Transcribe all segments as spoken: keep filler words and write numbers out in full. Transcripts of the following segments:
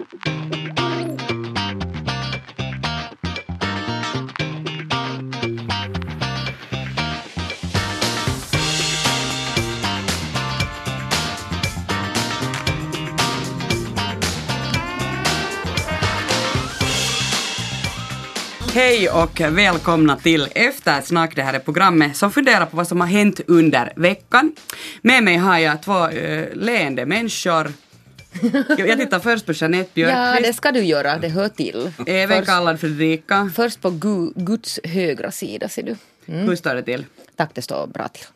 Hej och välkomna till Eftersnack, det här är programmet som funderar på vad som har hänt under veckan. Med mig har jag två uh, leende människor. Jag tittar först på Jeanette Björkqvist. Ja, det ska du göra, det hör till. Även först, kallad Fredrika. Först på gu, Guds högra sida, ser du. Mm. Hur står det till? Tack, det står bra till.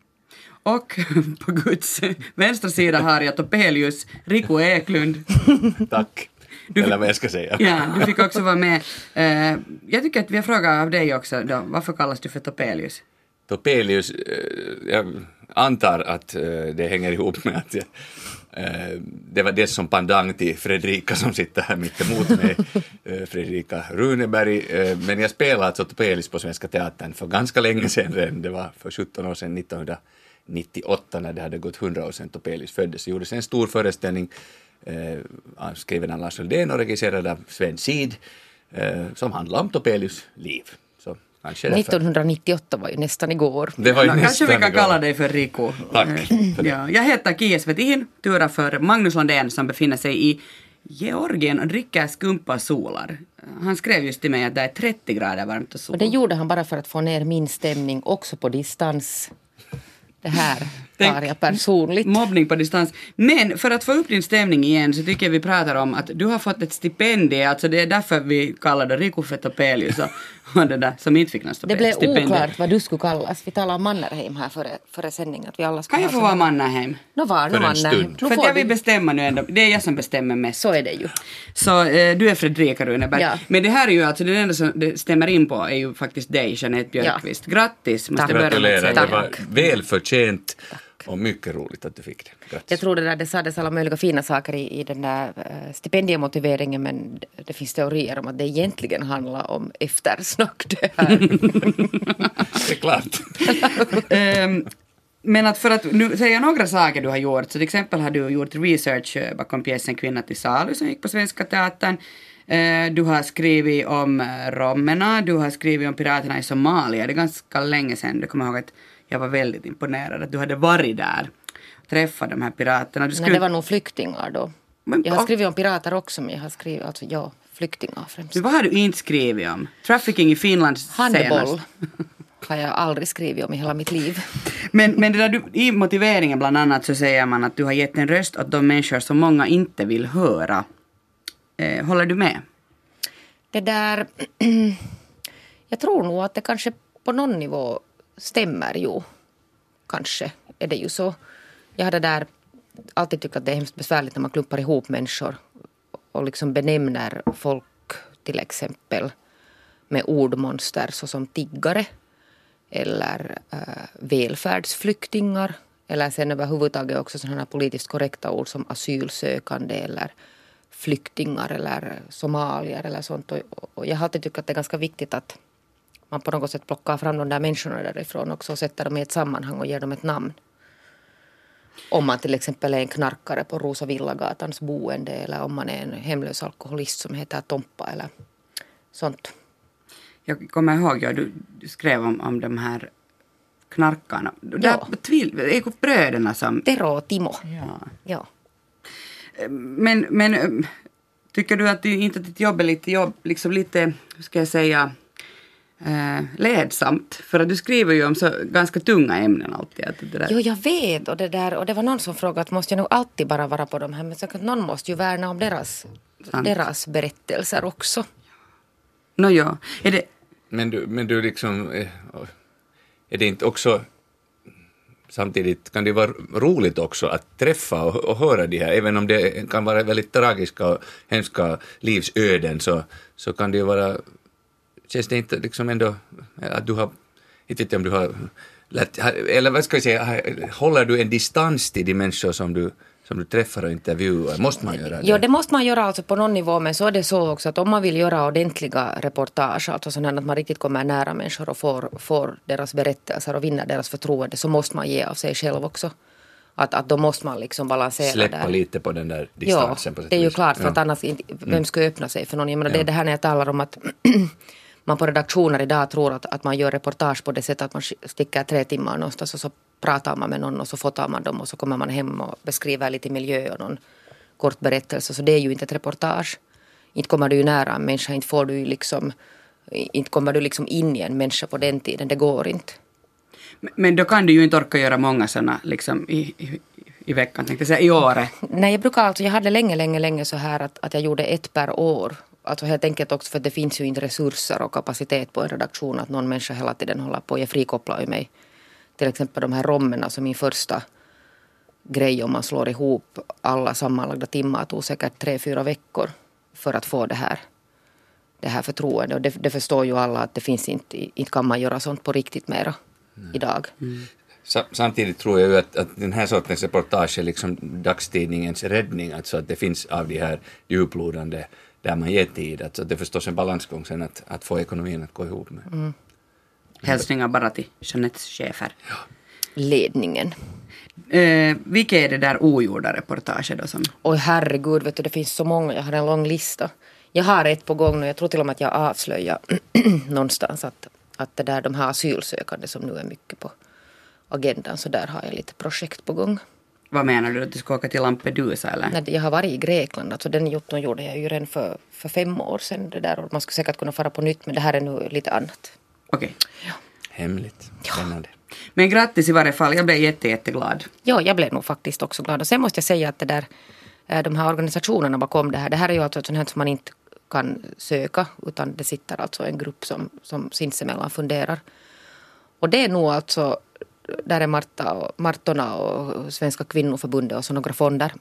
Och på Guds vänstra sida har jag Topelius Riku Eklund. Tack. Du, eller vad jag ska säga. Ja, du fick också vara med. Uh, jag tycker att vi har frågat av dig också då. Varför kallas du för Topelius? Topelius, uh, jag antar att uh, det hänger ihop med att jag, uh, det var det som pandang till Fredrika som sitter här mitt emot mig. uh, Fredrika Runeberg. Uh, men jag spelade alltså Topelius på Svenska Teatern för ganska länge sedan redan. Det var för sjutton år sedan, nittonhundranittioåtta, när det hade gått hundra år sedan Topelius föddes. Det gjordes en stor föreställning Eh, skriven av Lars Uldén och regisserad av Sven Sid eh, som handlar om Topelius liv. Så, nittonhundranittioåtta var ju nästan igår. Det var ju no, nästan kanske vi kan igår. kalla dig för Riku. Tack för det. Ja, jag heter Kia Svetihin, turar för Magnus Lundén som befinner sig i Georgien och dricker skumpa solar. Han skrev just till mig att det är trettio grader varmt och sol. Och det gjorde han bara för att få ner min stämning också på distans. Det här tar jag personligt. Mobbning på distans. Men för att få upp din stämning igen så tycker jag vi pratar om att du har fått ett stipendium. Alltså det är därför vi kallar det Riku för Topelius och det där som inte fick något stipendium. Det blev stipendium. oklart vad du skulle kallas. Vi talar om Mannerheim här före, före sändningen. Att vi alla kan jag få vara Mannerheim? Nå var nu Mannerheim. För att jag vill bestämma nu ändå. Det är jag som bestämmer mest. Så är det ju. Så eh, du är Fredrika Runeberg. Ja. Men det här är ju alltså det enda som det stämmer in på är ju faktiskt dig, Jeanette Björkqvist. Ja. Grattis. Måste gratulerar. Det var välförtjänt. Och mycket roligt att du fick det. Grattis. Jag tror det där, det sades alla möjliga fina saker i, i den där uh, stipendiemotiveringen, men det, det finns teorier om att det egentligen handlar om eftersnack det här. Det är klart. um, men att för att nu säga några saker du har gjort, så till exempel har du gjort research bakom pjäsen Kvinna till salu som gick på Svenska Teatern. Uh, du har skrivit om romerna, du har skrivit om piraterna i Somalia. Det är ganska länge sedan, du kommer ihåg att jag var väldigt imponerad att du hade varit där och träffat de här piraterna. Du skulle... Nej, det var nog flyktingar då. Men, jag har skrivit om pirater också, men jag har skrivit, alltså ja, flyktingar främst. Vad har du inte skrivit om? Trafficking i Finland Handboll senast. har jag aldrig skrivit om i hela mitt liv. Men, men det där du, i motiveringen bland annat så säger man att du har gett en röst åt de människor som många inte vill höra. Eh, håller du med? Det där... jag tror nog att det kanske på någon nivå stämmer ju. Kanske är det ju så. Jag hade där alltid tyckt att det är hemskt besvärligt när man klumpar ihop människor och liksom benämner folk till exempel med ordmonster såsom tiggare eller äh, välfärdsflyktingar eller sen överhuvudtaget också sådana politiskt korrekta ord som asylsökande eller flyktingar eller somalier eller sånt. Och, och jag har alltid tyckt att det är ganska viktigt att man på något sätt plockar fram de där människorna därifrån också och sätter dem i ett sammanhang och ger dem ett namn. Om man till exempel är en knarkare på Rosa Villagatans boende eller om man är en hemlös alkoholist som heter Tompa eller sånt. Jag kommer ihåg, ja, du, du skrev om, om de här knarkarna. Ja. Det är bröderna som... Tero och Timo. Ja. Ja. Men, men tycker du att inte ditt jobb är lite, jobb, liksom lite, hur ska jag säga... Uh, ledsamt, för att du skriver ju om så ganska tunga ämnen alltid. Att det där... Jo, jag vet, och det, där, och det var någon som frågade att måste jag nog alltid bara vara på de här, men så att någon måste ju värna om deras, deras berättelser också. Nå no, ja, är det... Men du, men du liksom, är det inte också, samtidigt kan det vara roligt också att träffa och, och höra de här, även om det kan vara väldigt tragiska och hemska livsöden, så, så kan det ju vara... Känns det inte liksom ändå att du har, inte vet om du har, eller vad ska jag säga, håller du en distans till de människor som du, som du träffar och intervjuar? Måste man göra det? Jo, det måste man göra alltså på någon nivå, men så är det så också att om man vill göra ordentliga reportage, alltså sådana att man riktigt kommer nära människor och får, får deras berättelser och vinner deras förtroende, så måste man ge av sig själv också. Att, att då måste man liksom balansera Släppa där. lite på den där distansen. Ja, på sätt det är och ju vis. klart, för Ja. att annars inte, vem Mm. ska öppna sig för någon? Jag menar, Ja. det är det här när jag talar om att man på redaktioner idag tror att, att man gör reportage på det sättet att man sticker tre timmar någonstans och så pratar man med någon och så fotar man dem och så kommer man hem och beskriver lite miljö och någon kort berättelse. Så det är ju inte ett reportage. Inte kommer du ju nära en människa, inte får du ju liksom, inte kommer du liksom in i en människa på den tiden, det går inte. Men, men då kan du ju inte orka göra många sådana liksom i, i, i veckan, tänkte jag säga, i året. Nej, jag brukar alltså, jag hade länge, länge, länge så här att, att jag gjorde ett per år. Alltså helt enkelt också för att det finns ju inte resurser och kapacitet på en redaktion att någon människa hela tiden håller på. Jag frikopplar ju mig. Till exempel de här rommen, alltså min första grej om man slår ihop alla sammanlagda timmar tog säkert tre, fyra veckor för att få det här, det här förtroende. Och det, det förstår ju alla att det finns inte, inte kan man göra sånt på riktigt mera mm. idag. Mm. Samtidigt tror jag ju att, att den här sortens reportage är liksom dagstidningens räddning, alltså att det finns av de här djuplodande där man ger tid. Alltså det är förstås en balansgång sen att, att få ekonomin att gå ihop med. Mm. Hälsningar bara till Jeanettes chefer. Ja. Ledningen. Eh, vilka är det där ogjorda reportaget då som... Oj herregud, vet du, det finns så många. Jag har en lång lista. Jag har ett på gång nu. Jag tror till och med att jag avslöjar någonstans att, att det där, de här asylsökande som nu är mycket på agendan, så där har jag lite projekt på gång. Vad menar du? Att du ska åka till Lampedusa eller? Nej, jag har varit i Grekland. Alltså den jotton gjorde jag ju redan för, för fem år sedan. Det där, och man skulle säkert kunna fara på nytt, men det här är nu lite annat. Okej. Okay. Ja. Hemligt. Spännande. Ja. Men grattis i varje fall. Jag blev jätte, jätteglad. Ja, jag blev nog faktiskt också glad. Och sen måste jag säga att det där, de här organisationerna bakom det här, det här är ju alltså ett sånt här som man inte kan söka, utan det sitter alltså en grupp som, som sinsemellan funderar. Och det är nog alltså, där är Marta och, Martorna och Svenska kvinnoförbundet och så några fonder,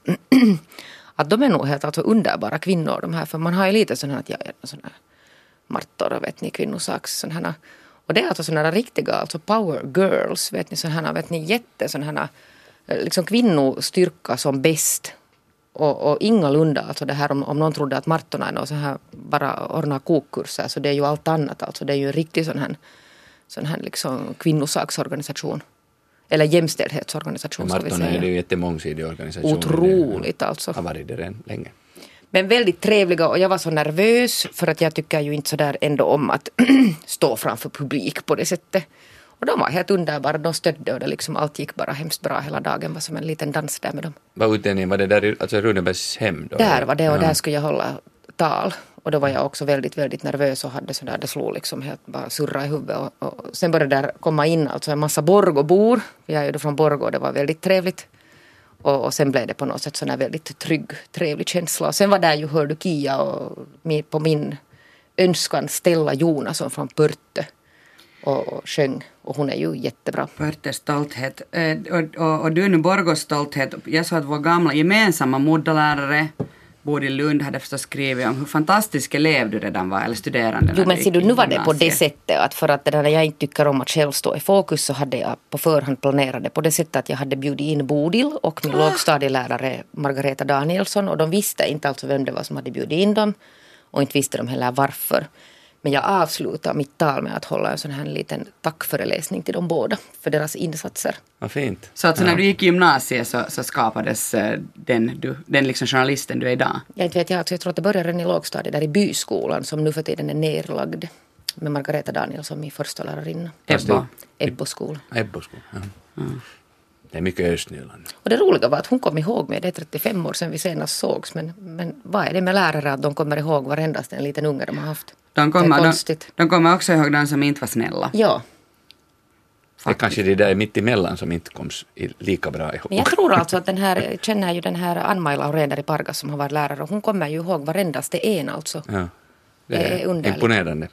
att de är nog helt alltså underbara kvinnor de här, för man har ju lite sån här att jag är sån här Martor, vet ni, kvinnosaks sån här. Och det är alltså sådana riktiga, alltså power girls, vet ni, sådana här, vet ni, jätte sådana här, liksom kvinnostyrka som bäst. Och, och ingalunda, alltså det här om, om någon trodde att Martorna är någon så här bara ordna kokkurser, så det är ju allt annat, alltså det är ju en riktig sån här, sån här liksom kvinnosaksorganisation. Eller jämställdhetsorganisation, ska vi säga. Martorna är ju jättemångsidig organisation. Otroligt alltså. Har varit det redan länge. Men väldigt trevliga, och jag var så nervös för att jag tycker ju inte så där ändå om att stå framför publik på det sättet. Och de var helt underbara, de stödde och det liksom allt gick bara hemskt bra hela dagen, var som en liten dans där med dem. Vad utdelningen var det där, alltså Runebergs hem då? Där var det, och ja. där skulle jag hålla tal. Och då var jag också väldigt, väldigt nervös och hade sådär, det slog liksom helt bara surra i huvudet. Och, och sen började där komma in alltså en massa Borgåbor. Jag är ju då från Borgå, det var väldigt trevligt. Och, och sen blev det på något sätt sån här väldigt trygg, trevlig känsla. Och sen var där ju hörde Kia och mi, på min önskan Stella Jonasson från Pörte och, och sjöng. Och hon är ju jättebra. Pörtes stolthet. Eh, och, och, och du är nu Borgås stolthet. Jag sa att vår gamla gemensamma moddalärare Bodil Lund hade förstås skrivit om hur fantastisk elev du redan var, eller studerande. Jo, men ser du, nu var det på det sättet att för att det där, när jag inte tycker om att själv stå i fokus, så hade jag på förhand planerat det på det sättet att jag hade bjudit in Bodil och min ah. lågstadielärare Margareta Danielsson, och de visste inte alltså vem det var som hade bjudit in dem, och inte visste de heller varför. Men jag avslutar mitt tal med att hålla en sån här liten tackföreläsning till de båda för deras insatser. Vad fint. Så alltså ja. när du gick i gymnasiet så, så skapades uh, den, du, den liksom journalisten du är idag? Jag vet jag, alltså, jag tror att det började redan i lågstadiet där i byskolan som nu för tiden är nerlagd med Margareta Danielsson, min första lärarinna. Ebbo. Ebbo-skola. Ebbo-skola, ja. Mm. Det är mycket Östnyland. Och det roliga var att hon kom ihåg mig. Det är trettiofem år sedan vi senast sågs. Men, men vad är det med lärare att de kommer ihåg varendast en liten unge de har haft? De kommer, det är konstigt. De, de kommer också ihåg de som inte var snälla. Ja. Faktiskt. Det är kanske det där mitt emellan som inte koms lika bra ihåg. Men jag tror alltså att den här, jag känner ju den här Ann-Maj Laurén där i Pargas som har varit lärare. Och hon kommer ju ihåg varendast det en alltså. Ja, det är, det är underligt. Imponerande.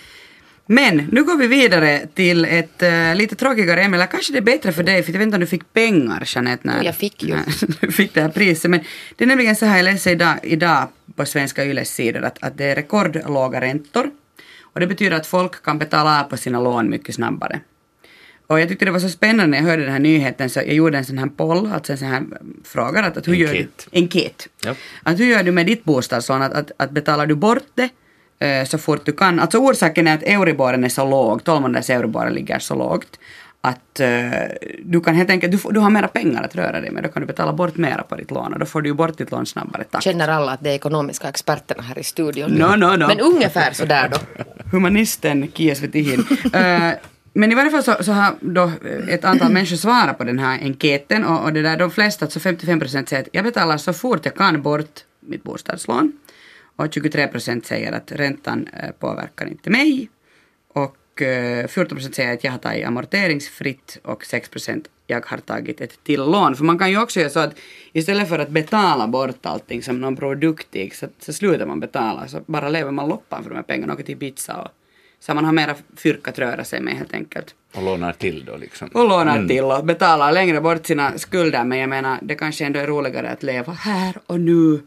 Men nu går vi vidare till ett uh, lite tråkigare ämne. Eller kanske det är bättre för dig, för jag vet inte om du fick pengar, Jeanette, när jag fick ju. När du fick det här priset. Men det är nämligen så här, jag läser idag, idag på Svenska Yles sidor att, att det är rekordlåga räntor. Och det betyder att folk kan betala av på sina lån mycket snabbare. Och jag tyckte det var så spännande när jag hörde den här nyheten, så jag gjorde en sån här poll, alltså en sån här fråga. Att, att hur enkät. Gör du, enkät. Ja. Att hur gör du med ditt bostadslån? Att, att, att betalar du bort det så fort du kan. Alltså orsaken är att euriboren är så låg, tolv månaders euriboren ligger så lågt, att uh, du kan helt enkelt, du, får, du har mera pengar att röra dig med, då kan du betala bort mera på ditt lån och då får du ju bort ditt lån snabbare takt. Känner alla att det är ekonomiska experterna här i studion? No, no, no. Men ungefär så där då. Humanisten Kies Vetihin. uh, Men i varje fall så, så har då ett antal människor svarat på den här enkäten och, och det där, de flesta, alltså femtiofem procent säger att jag betalar så fort jag kan bort mitt bostadslån och tjugotre procent säger att räntan eh, påverkar inte mig och eh, fjorton procent säger att jag har tagit amorteringsfritt och sex procent jag har tagit ett till lån. För man kan ju också göra så att istället för att betala bort allting som någon produktig så, så slutar man betala, så bara lever man loppan för de här pengarna och åker till pizza och så man har mera fyrka att röra sig med helt enkelt. Och lånar till då liksom. Och lånar mm. till och betalar längre bort sina skulder. Men jag menar, det kanske ändå är roligare att leva här och nu.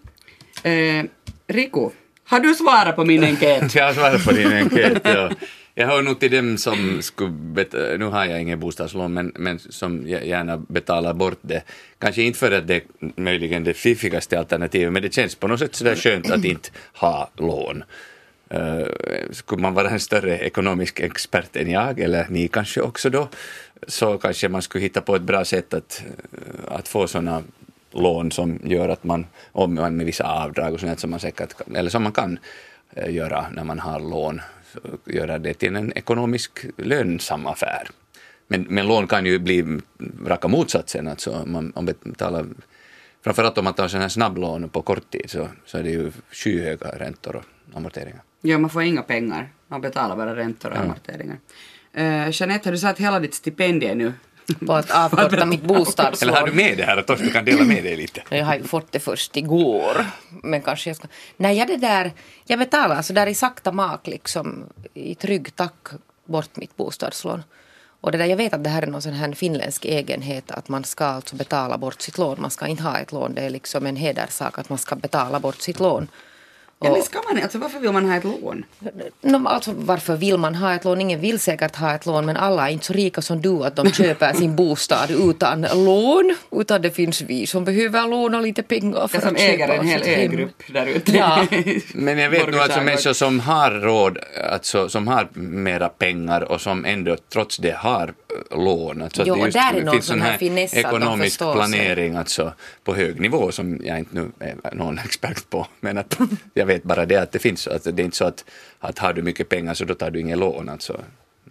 Eh, Riku, har du svarat på min enkät? Jag har svarat på din enkät, ja. Jag hör nog till dem som skulle bet- nu har jag ingen bostadslån, men, men som gärna betalar bort det. Kanske inte för att det är möjligen det fiffigaste alternativet, men det känns på något sätt sådär skönt att inte ha lån. Uh, skulle man vara en större ekonomisk expert än jag, eller ni kanske också då, så kanske man skulle hitta på ett bra sätt att, att få sådana lån som gör att man, om man med vissa avdrag och sånt som man säkert, eller som man kan uh, göra när man har lån, så göra det till en ekonomisk lönsam affär. Men, men lån kan ju bli raka motsatsen, alltså man, man betalar, framförallt om man tar sådana här snabblån på kort tid, så, så är det ju skyhöga räntor och amorteringar. Ja, man får inga pengar. Man betalar bara räntor och ja. amorteringar. Uh, Jeanette, har du satt hela ditt stipendium nu? På att avkorta mitt bostadslån. Eller har du med det här att du kan dela med dig lite? Jag har ju fått det först igår. Men kanske jag ska... Nej, jag det där... Jag betalar så där i sakta mak liksom i trygg tack bort mitt bostadslån. Och det där, jag vet att det här är någon sån här finländsk egenhet att man ska alltså betala bort sitt lån. Man ska inte ha ett lån. Det är liksom en hedersak att man ska betala bort sitt lån. Ja, men ska man, alltså varför vill man ha ett lån? No, alltså varför vill man ha ett lån? Ingen vill säkert ha ett lån, men alla är inte så rika som du att de köper sin bostad utan lån. Utan det finns vi som behöver låna lite pengar för jag som att äger köpa en hel ö-grupp där ute. Ja. Men jag vet nog alltså människor som har råd, alltså, som har mera pengar och som ändå trots det har lån. Alltså, jo, att det just, där är någon finns sån här finess ekonomisk planering alltså, på hög nivå som jag inte nu är någon expert på. Men att jag vet bara det att det finns. Alltså, det är inte så att, att har du mycket pengar så då tar du ingen lån. Alltså.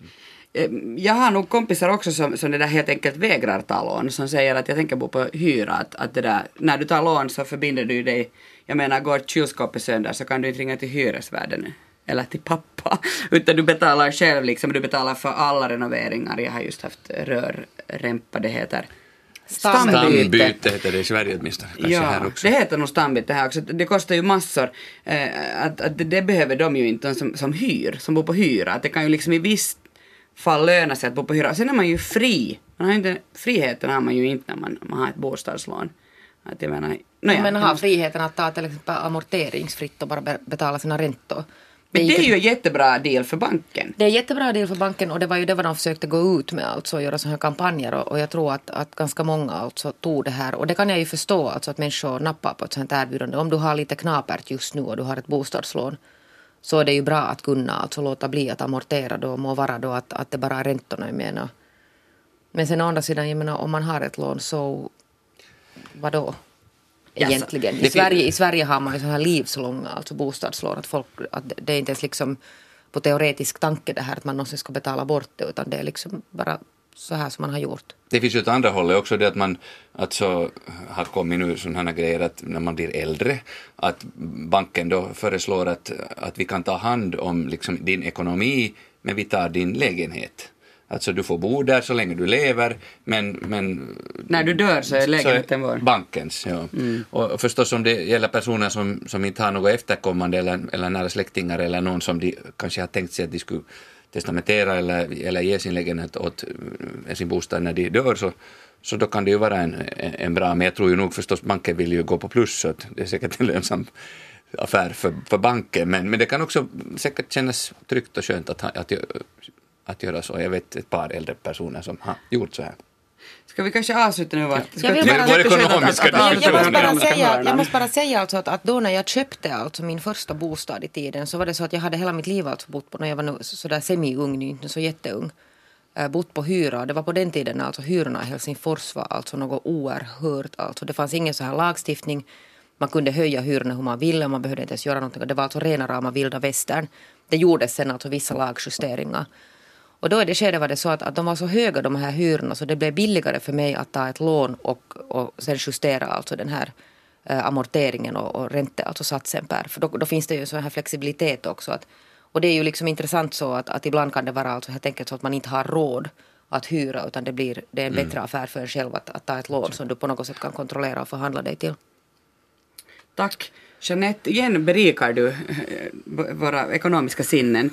Jag har nog kompisar också som, som det där helt enkelt vägrar ta lån. Som säger att jag tänker bo på hyra. Att, att det där, när du tar lån så förbinder du dig. Jag menar, går kylskåpet sönder så kan du inte ringa till hyresvärden eller till pappa. Utan du betalar själv liksom. Du betalar för alla renoveringar. Jag har just haft rörrempa, det heter. Stambyte. Stambyte heter det i Sverige åtminstone. Ja, här också. Det heter nog stambyte här också. Det kostar ju massor. Eh, att, att det, det behöver de ju inte som, som hyr, som bor på hyra. Att det kan ju liksom i visst fall löna sig att bo på hyra. Och sen är man ju fri. Man har inte, friheten har man ju inte när man, man har ett bostadslån. Att jag menar, no ja, men har friheten att ta till exempel amorteringsfritt och bara betala sina räntor. Men det är ju en jättebra deal för banken. Det är en jättebra deal för banken och det var ju det vad de försökte gå ut med, alltså göra sådana här kampanjer och, och jag tror att, att ganska många alltså tog det här och det kan jag ju förstå alltså att människor nappar på ett sådant erbjudande. Om du har lite knapert just nu och du har ett bostadslån så är det ju bra att kunna alltså låta bli att amortera då må vara då att, att det bara är räntorna jag menar. Men sen å andra sidan, jag menar om man har ett lån så vadå? Egentligen. I Sverige, I Sverige har man ju så här livslånga alltså bostadslån att, folk, att det är inte ens liksom på teoretisk tanke det här att man någonsin ska betala bort det utan det är liksom bara så här som man har gjort. Det finns ju ett andra hållet också det att man alltså, har kommit nu sådana grejer att när man blir äldre att banken då föreslår att, att vi kan ta hand om liksom, din ekonomi men vi tar din lägenhet. Alltså du får bo där så länge du lever, men... men när du dör så är lägenheten vår. Bankens, ja. Mm. Och förstås om det gäller personer som, som inte har något efterkommande eller, eller nära släktingar eller någon som de kanske har tänkt sig att de skulle testamentera eller, eller ge sin lägenhet åt sin bostad när de dör så, så då kan det ju vara en, en bra, men jag tror ju nog förstås banken vill ju gå på plus så att det är säkert en lönsam affär för, för banken, men, men det kan också säkert kännas tryggt och skönt att, att att göra så. Jag vet ett par äldre personer som har gjort så här. Ska vi kanske avsluta nu? Va? Jag, vill bara, jag, ekonomiska att, att, att, jag, måste bara säga, jag måste bara säga alltså att, att då när jag köpte alltså min första bostad i tiden så var det så att jag hade hela mitt liv alltså bott på när jag var nu, så där semi-ung, inte så jätteung. äh, bott på hyra. Det var på den tiden alltså hyrorna i Helsingfors var alltså något oerhört. Alltså det fanns ingen så här lagstiftning. Man kunde höja hyrorna hur man ville, man behövde inte ens göra någonting. Det var alltså rena rama vilda västern. Det gjordes sen alltså vissa lagjusteringar. Och då i det skedet var det så att, att de var så höga de här hyrorna så det blev billigare för mig att ta ett lån och, och sen justera alltså den här eh, amorteringen och, och ränte, alltså satsen per. För då, då finns det ju så här flexibilitet också. Att, och det är ju liksom intressant så att, att ibland kan det vara alltså helt enkelt så att man inte har råd att hyra utan det blir det är en bättre mm. affär för en själv att, att ta ett lån som du på något sätt kan kontrollera och förhandla dig till. Tack. Jeanette, igen berikar du våra ekonomiska sinnen.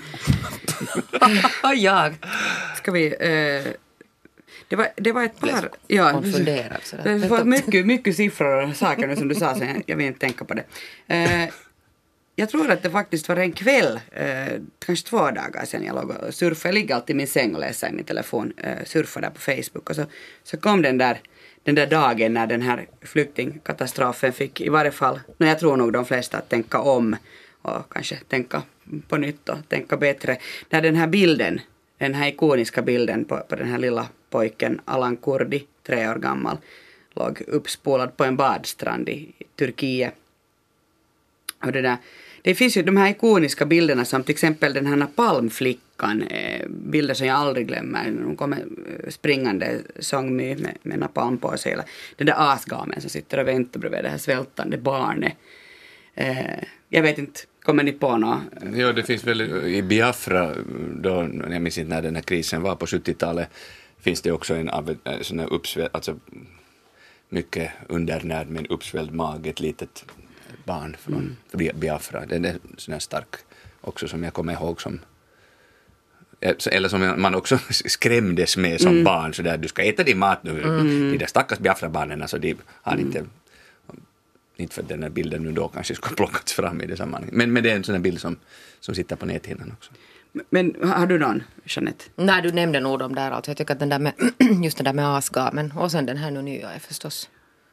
Jag. Ska vi... Eh, det, var, det var ett par... Ja, det var mycket, mycket siffror och saker nu som du sa, så jag, jag vill inte tänka på det. Eh, jag tror att det faktiskt var en kväll, eh, kanske två dagar sedan jag låg och surfade. Jag ligger alltid i min säng och läser i min telefon, eh, surfade där på Facebook. Och så, så kom den där... den där dagen när den här flyktingkatastrofen fick i varje fall, när jag tror nog de flesta att tänka om och kanske tänka på nytt och tänka bättre. När den här bilden, den här ikoniska bilden på, på den här lilla pojken Alan Kurdi, tre år gammal, låg uppspolad på en badstrand i Turkiet. Och det där, det finns ju de här ikoniska bilderna som till exempel den här napalmflickan, eh, bilder som jag aldrig glömmer. Hon kommer springande sångmy med, med napalm på sig. Eller den där asgamen som sitter och väntar bredvid det här svältande barnet. Eh, jag vet inte, kommer ni på något? Ja, det finns väl i Biafra, då, jag minns inte när den här krisen var på sjuttiotalet, finns det också en sån här uppsvälld, alltså mycket undernärd med en uppsvälld mag, ett litet barn från mm. Biafra. Det är sån här stark också som jag kommer ihåg som eller som man också skrämdes med som mm. barn så där du ska äta din mat nu. Mm. De där stackars Biafra-barnen alltså de har mm. inte inte för den här bilden nu då kanske ska plockats fram i det sammanhanget. Men, men det är en sån här bild som, som sitter på näthinnan också. Men har du någon, Jeanette? Nej, du nämnde nog de där alltså. Jag tycker att den där med just den där med asgamen och sen den här nu nya är förstås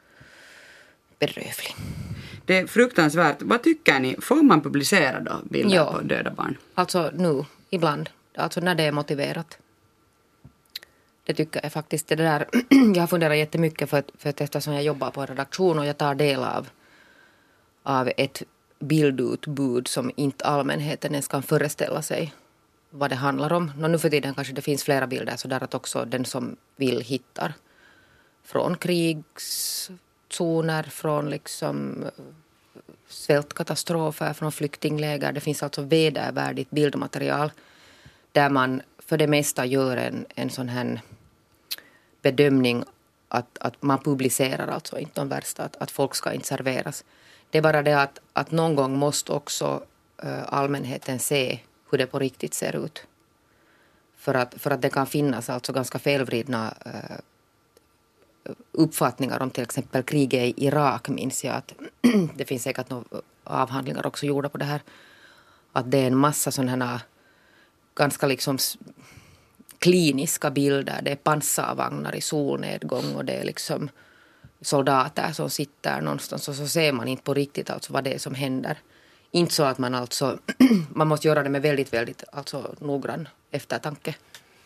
bedrövlig. Det är fruktansvärt. Vad tycker ni? Får man publicera då bilder ja. på döda barn? Alltså nu, ibland. Alltså när det är motiverat. Det tycker jag faktiskt. Det där, jag har funderat jättemycket för att, för att eftersom jag jobbar på en redaktion och jag tar del av, av ett bildutbud som inte allmänheten ens kan föreställa sig vad det handlar om. Nå, nu för tiden kanske det finns flera bilder så där att också den som vill hittar från krigszoner, från liksom svältkatastrofer, från flyktingläger. Det finns alltså vedervärdigt bildmaterial där man för det mesta gör en, en sån här bedömning att, att man publicerar alltså inte de värsta, att, att folk ska inte serveras. Det är bara det att, att någon gång måste också äh, allmänheten se hur det på riktigt ser ut. För att, för att det kan finnas alltså ganska felvridna äh, uppfattningar om till exempel kriget i Irak, minns jag att det finns säkert några avhandlingar också gjorda på det här. Att det är en massa sådana här ganska liksom kliniska bilder. Det är pansarvagnar i solnedgång och det är liksom soldater som sitter någonstans och så ser man inte på riktigt alltså vad det är som händer. Inte så att man alltså, man måste göra det med väldigt, väldigt alltså noggrann eftertanke.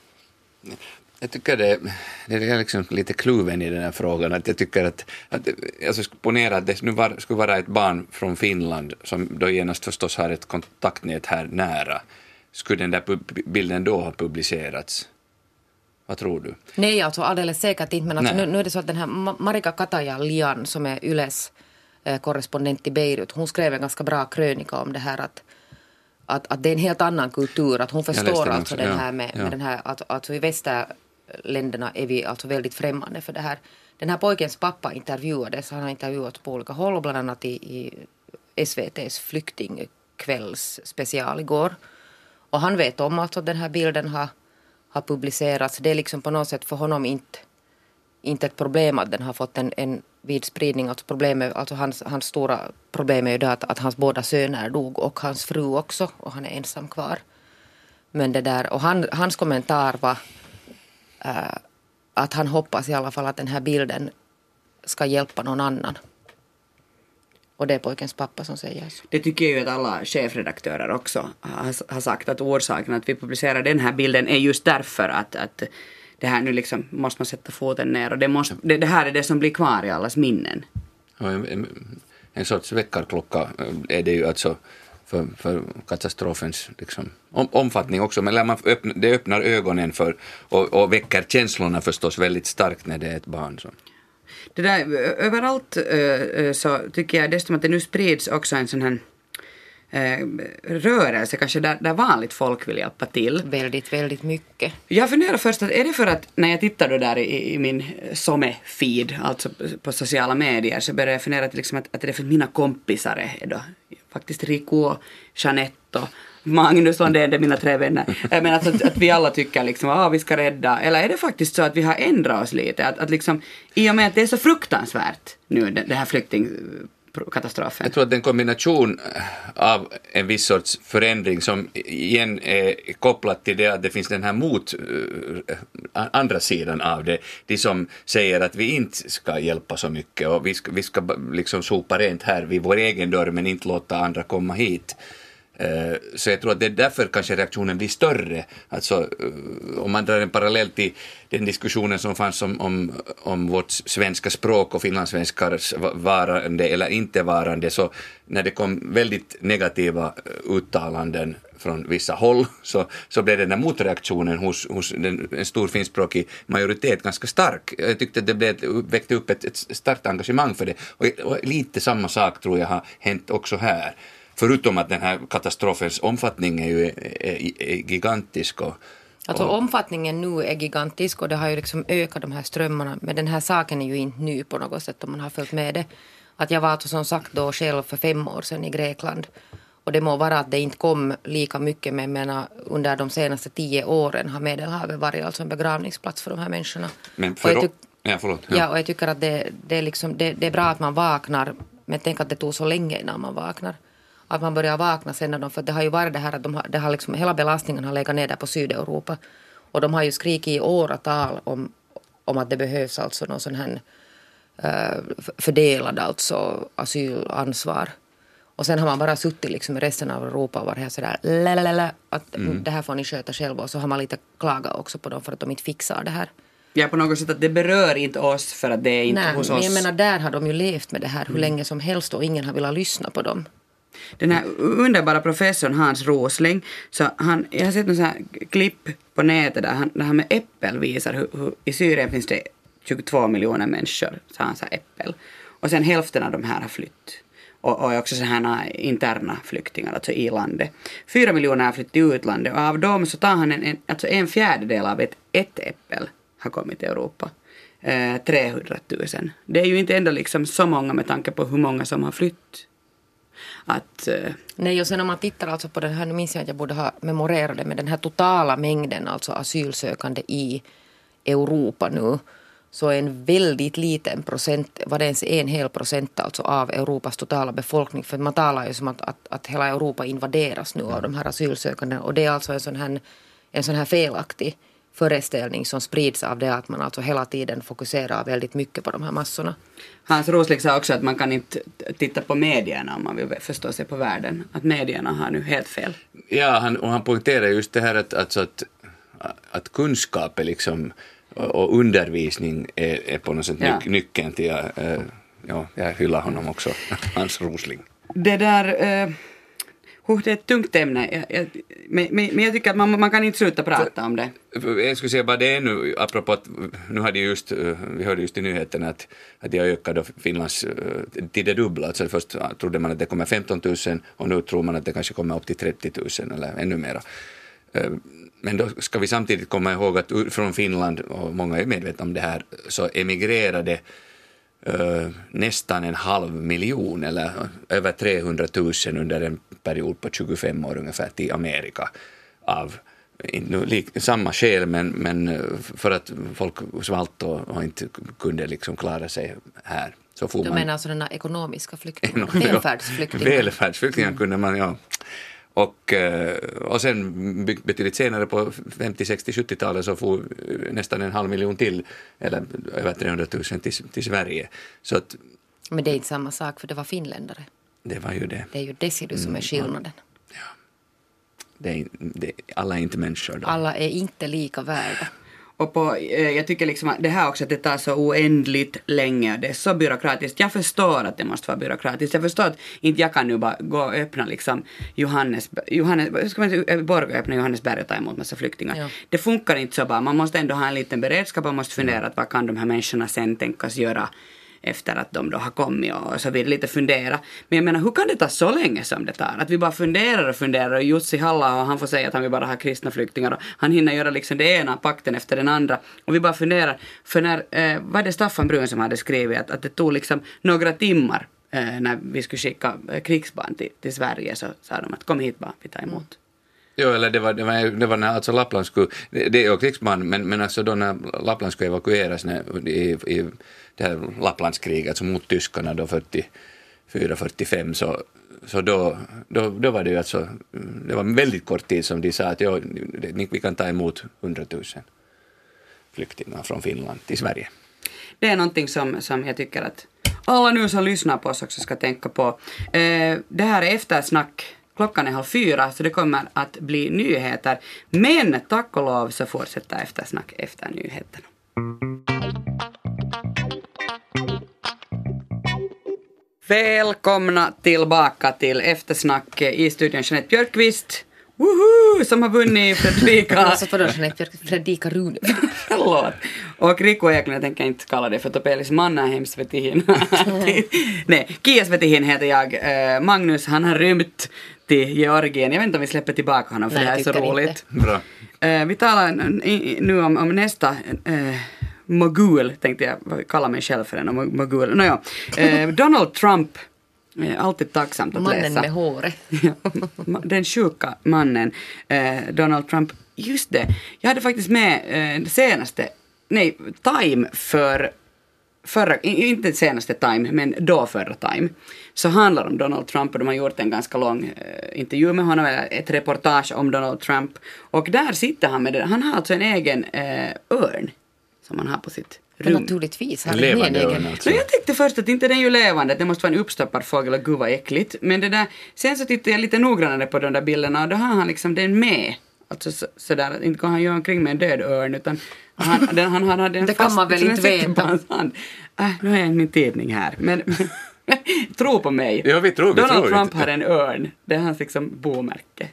Jag tycker det, det är liksom lite kluven i den här frågan. Att jag tycker att, att alltså ponera att det nu var, skulle vara ett barn från Finland som då genast förstås har ett kontaktnät här nära. Skulle den där bilden då ha publicerats? Vad tror du? Nej, alltså alldeles säkert inte. Men alltså nu, nu är det så att den här Marika Kataja-Lian som är Yles eh, korrespondent i Beirut, hon skrev en ganska bra krönika om det här att, att, att det är en helt annan kultur. Att hon förstår alltså den här med, ja. med den här, att, alltså i västerländerna är vi alltså väldigt främmande för det här. Den här pojkens pappa intervjuades, han har intervjuats på olika håll, bland annat i, i S V T:s flyktingkvällsspecial igår. Och han vet om alltså att den här bilden har, har publicerats. Det är liksom på något sätt för honom inte, inte ett problem att den har fått en, en vid spridning. Alltså, problemet, alltså hans, hans stora problem är ju det att, att hans båda söner dog och hans fru också. Och han är ensam kvar. Men det där, och han, hans kommentar var äh, att han hoppas i alla fall att den här bilden ska hjälpa någon annan. Och det är pojkens pappa som säger så. Det tycker jag ju att alla chefredaktörer också har, har sagt, att orsaken att vi publicerar den här bilden är just därför att, att det här nu liksom måste man sätta foten ner, och det, måste, det, det här är det som blir kvar i allas minnen. Ja, en, en, en sorts väckarklocka är det ju alltså för, för katastrofens liksom, om, omfattning också, men man öppna, det öppnar ögonen för och, och väcker känslorna förstås väldigt starkt när det är ett barn. Så. Det där, överallt så tycker jag dessutom att det nu sprids också en sån här eh, rörelse kanske där, där vanligt folk vill hjälpa till. Väldigt, väldigt mycket. Jag funderar först att är det för att när jag tittar då där i, i min Some-feed, alltså på sociala medier, så börjar jag fundera till liksom att, att det är för att mina kompisar är då faktiskt Rico, Jeanette och Magnus och det är mina tre vänner. Men alltså att, att vi alla tycker liksom att ah, vi ska rädda. Eller är det faktiskt så att vi har ändrat oss lite? Att, att liksom, i och med att det är så fruktansvärt nu, det, det här flyktingkatastrofen. Jag tror att det är en kombination av en viss sorts förändring som igen är kopplat till det att det finns den här mot andra sidan av det. De som säger att vi inte ska hjälpa så mycket och vi ska, vi ska liksom sopa rent här vid vår egen dörr men inte låta andra komma hit. Så jag tror att det är därför kanske reaktionen blir större. Alltså, om man drar en parallell till den diskussionen som fanns om, om, om vårt svenska språk och finlandssvenskars varande eller inte varande, så när det kom väldigt negativa uttalanden från vissa håll så, så blev den där motreaktionen hos, hos den, en stor finskspråkig majoritet ganska stark. Jag tyckte att det blev, väckte upp ett, ett starkt engagemang för det. Och, och lite samma sak tror jag har hänt också här. Förutom att den här katastrofens omfattning är ju är, är, är gigantisk. Och, alltså och omfattningen nu är gigantisk och det har ju liksom ökat de här strömmarna. Men den här saken är ju inte ny på något sätt om man har följt med det. Att jag var alltså som sagt då själv för fem år sedan i Grekland. Och det må vara att det inte kom lika mycket, men menar, under de senaste tio åren har Medelhavet varit alltså en begravningsplats för de här människorna. Men för och jag, tyck- ja, förlåt, ja. Ja, och jag tycker att det, det, är liksom, det, det är bra att man vaknar, men tänk att det tog så länge innan man vaknar. Att man börjar vakna sen när de, för det har ju varit det här att de har, det har liksom, hela belastningen har legat ner där på Sydeuropa. Och de har ju skrikit i åratal om, om att det behövs alltså någon sån här uh, fördelad alltså asylansvar. Och sen har man bara suttit liksom i resten av Europa och varit här sådär lalalala, att mm. det här får ni sköta själva. Och så har man lite klagat också på dem för att de inte fixar det här. Ja, på något sätt att det berör inte oss för att det är inte Nej, hos men oss. jag menar, där har de ju levt med det här hur mm. länge som helst och ingen har velat lyssna på dem. Den här underbara professorn Hans Rosling, så han, jag har sett en sån här klipp på nätet där han, där han med äppel visar hur, hur i Syrien finns det tjugotvå miljoner människor, så han sa äppel. Och sen hälften av de här har flytt. Och, och också sådana här interna flyktingar, alltså i landet. Fyra miljoner har flytt till utlandet och av dem så tar han en, en, alltså en fjärdedel av ett, ett äppel har kommit till Europa. Eh, trehundratusen. Det är ju inte ändå liksom så många med tanke på hur många som har flytt. Att, uh... Nej, och sen om man tittar alltså på den här, nu minns jag att jag borde ha memorerat det, med den här totala mängden alltså asylsökande i Europa nu, så är en väldigt liten procent, var det ens en hel procent alltså av Europas totala befolkning, för man talar ju som att, att, att hela Europa invaderas nu av de här asylsökande, och det är alltså en sån här, en sån här felaktig föreställning som sprids av det att man alltså hela tiden fokuserar väldigt mycket på de här massorna. Hans Rosling sa också att man kan inte titta på medierna om man vill förstå sig på världen. Att medierna har nu helt fel. Ja, han, och han poängterar just det här att, alltså att, att kunskap är liksom, och undervisning är, är på något sätt ja. nyckeln till, äh, ja, jag hyllar honom också, Hans Rosling. Det där... Äh... Oh, det är ett tungt ämne, jag, jag, men, men jag tycker att man, man kan inte sluta prata om det. Jag skulle säga bara det är nu, apropå att nu hade just, vi hörde just i nyheterna att, att de har ökat Finlands till det dubbla. Alltså först trodde man att det kommer femton tusen och nu tror man att det kanske kommer upp till trettio tusen eller ännu mera. Men då ska vi samtidigt komma ihåg att från Finland, och många är medvetna om det här, så emigrerade Uh, nästan en halv miljon eller över trehundratusen under en period på tjugofem år ungefär till Amerika av nu, lik, samma skäl men, men för att folk svalt och, och inte kunde liksom klara sig här. Så får du man, menar sådana ekonomiska flyktingar, välfärdsflyktingar? Välfärdsflyktingar kunde man, ja. Och, och sen betydligt senare på femtio, sextio, sjuttiotalet så får nästan en halv miljon till, eller över trehundratusen till, till Sverige. Så att Men det är inte samma sak för det var finländare. Det var ju det. Det är ju Desilu som är skillnaden. Ja. Det är, det, alla är inte människor då. Alla är inte lika värda. Och på, eh, jag tycker liksom att det här också att det tar så oändligt länge. Det är så byråkratiskt. Jag förstår att det måste vara byråkratiskt. Jag förstår att inte jag kan nu bara gå och öppna liksom Johannes, Johannes, ska man säga, Borg och öppna Johannesberg och ta emot massa flyktingar. Ja. Det funkar inte så bara. Man måste ändå ha en liten beredskap. Man måste fundera mm. att vad kan de här människorna sen tänkas göra efter att de då har kommit och så vidare, lite fundera. Men jag menar, hur kan det ta så länge som det tar? Att vi bara funderar och funderar och Jussi Halla och han får säga att han vill bara ha kristna flyktingar och han hinner göra liksom det ena pakten efter den andra och vi bara funderar. För när, eh, var det Staffan Brun som hade skrivit att, att det tog liksom några timmar eh, när vi skulle skicka eh, krigsbarn till, till Sverige så sa de att kom hit bara, vi tar emot. Mm. Jo, eller det var, det var, det var när alltså Lappland skulle, det, det är ju krigsbarn, men, men alltså då när Lappland skulle evakueras när, i, i det här Lapplandskriget, alltså mot tyskarna då fyrtiofyra fyrtiofem, så, så då, då, då var det ju alltså, det var en väldigt kort tid som de sa att ja, vi kan ta emot hundratusen flyktingar från Finland till Sverige. Det är någonting som, som jag tycker att alla nu som lyssnar på oss också ska tänka på. Eh, det här är eftersnack. Klockan är halv fyra så det kommer att bli nyheter. Men tack och lov så fortsätter eftersnack efter nyheterna. Välkomna tillbaka till eftersnack i studion Jeanette Björkqvist. Woohoo! Som har vunnit Fredrika. Alltså för då Jeanette Björkqvist, Fredrika Rune. Förlåt. Och Rico Eklund, jag tänker inte kalla det för Topelis Mannerheim Svetihin. Nej, Kia Svetihin heter jag. Magnus, han har rymt till Georgien. Jag vet inte om vi släpper tillbaka honom för Nej, det här är så roligt. Bra. Vi talar nu om, om nästa... mogul, tänkte jag kalla mig själv för en mogul. Nåja, eh, Donald Trump, eh, alltid tacksamt att mannen läsa. Mannen med håret. Den sjuka mannen, eh, Donald Trump. Just det, jag hade faktiskt med eh, det senaste, nej, Time för, förra, inte det senaste Time, men då förra Time. Så handlar om Donald Trump och de har gjort en ganska lång eh, intervju med honom, ett reportage om Donald Trump. Och där sitter han med det, han har alltså en egen eh, örn. Som man har på sitt rum. Men naturligtvis har det en egen. Alltså. Jag tänkte först att inte den är ju levande, det måste vara en uppstoppad fågel och gud vad äckligt. Men det där, sen så tittade jag lite noggrannare på de där bilderna och då har han liksom den med. Alltså så, sådär, att inte kan han göra omkring med en död örn utan han, den, han, han hade en det fast, kan man väl inte veta. Äh, nu har jag min tidning här. Men, men tro på mig. Ja, vi tror, vi Donald tror Trump inte. har en örn. Det är hans liksom bomärke.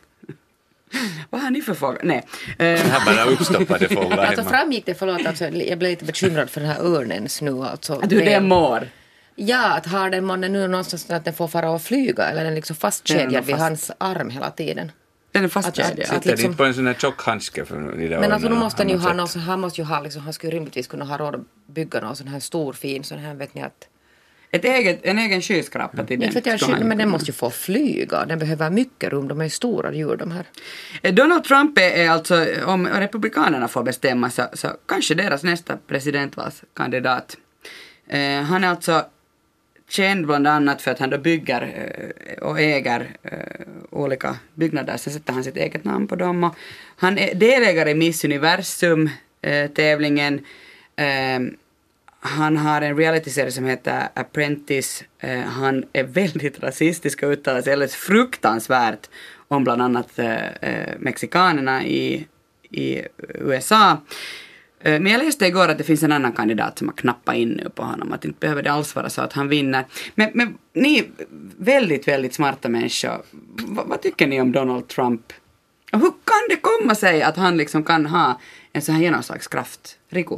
Vad har ni för fåglar? Nej. Jag har bara uppstoppade fåglar hemma. Alltså framgick det, förlåt, alltså, jag blev lite bekymrad för den här örnens nu. Alltså, du, det mår. Ja, att har den mannen nu någonstans att den får fara och flyga eller den liksom fastkedjad vid hans arm hela tiden. Den är fastkedjad. Att, att, Sitter att liksom, inte på en sån här tjock handske för de där men alltså nu måste han ju ha sätt. någon, så han måste ju ha liksom, han skulle rimligtvis kunna ha råd att bygga någon sån här stor fin sån här, vet ni att Ett eget, en egen skyskrapa till Nej, den. för jag skyll, men den måste ju få flyga. Den behöver mycket rum. De är ju stora djur de här. Donald Trump är alltså, om republikanerna får bestämma så, så kanske deras nästa presidentvalskandidat. Eh, han är alltså känd bland annat för att han då bygger eh, och äger eh, olika byggnader. Sen sätter han sitt eget namn på dem. Och han är delägare i Miss Universum-tävlingen. Eh, Han har en realityserie som heter Apprentice. Eh, han är väldigt rasistisk och uttalar sig alldeles fruktansvärt om bland annat eh, mexikanerna i, i U S A. Eh, men jag läste igår att det finns en annan kandidat som har knappat in nu på honom. Att det inte behöver det alls vara så att han vinner. Men, men ni väldigt, väldigt smarta människor. V- vad tycker ni om Donald Trump? Och hur kan det komma sig att han liksom kan ha en sån här genomslagskraft? Riku?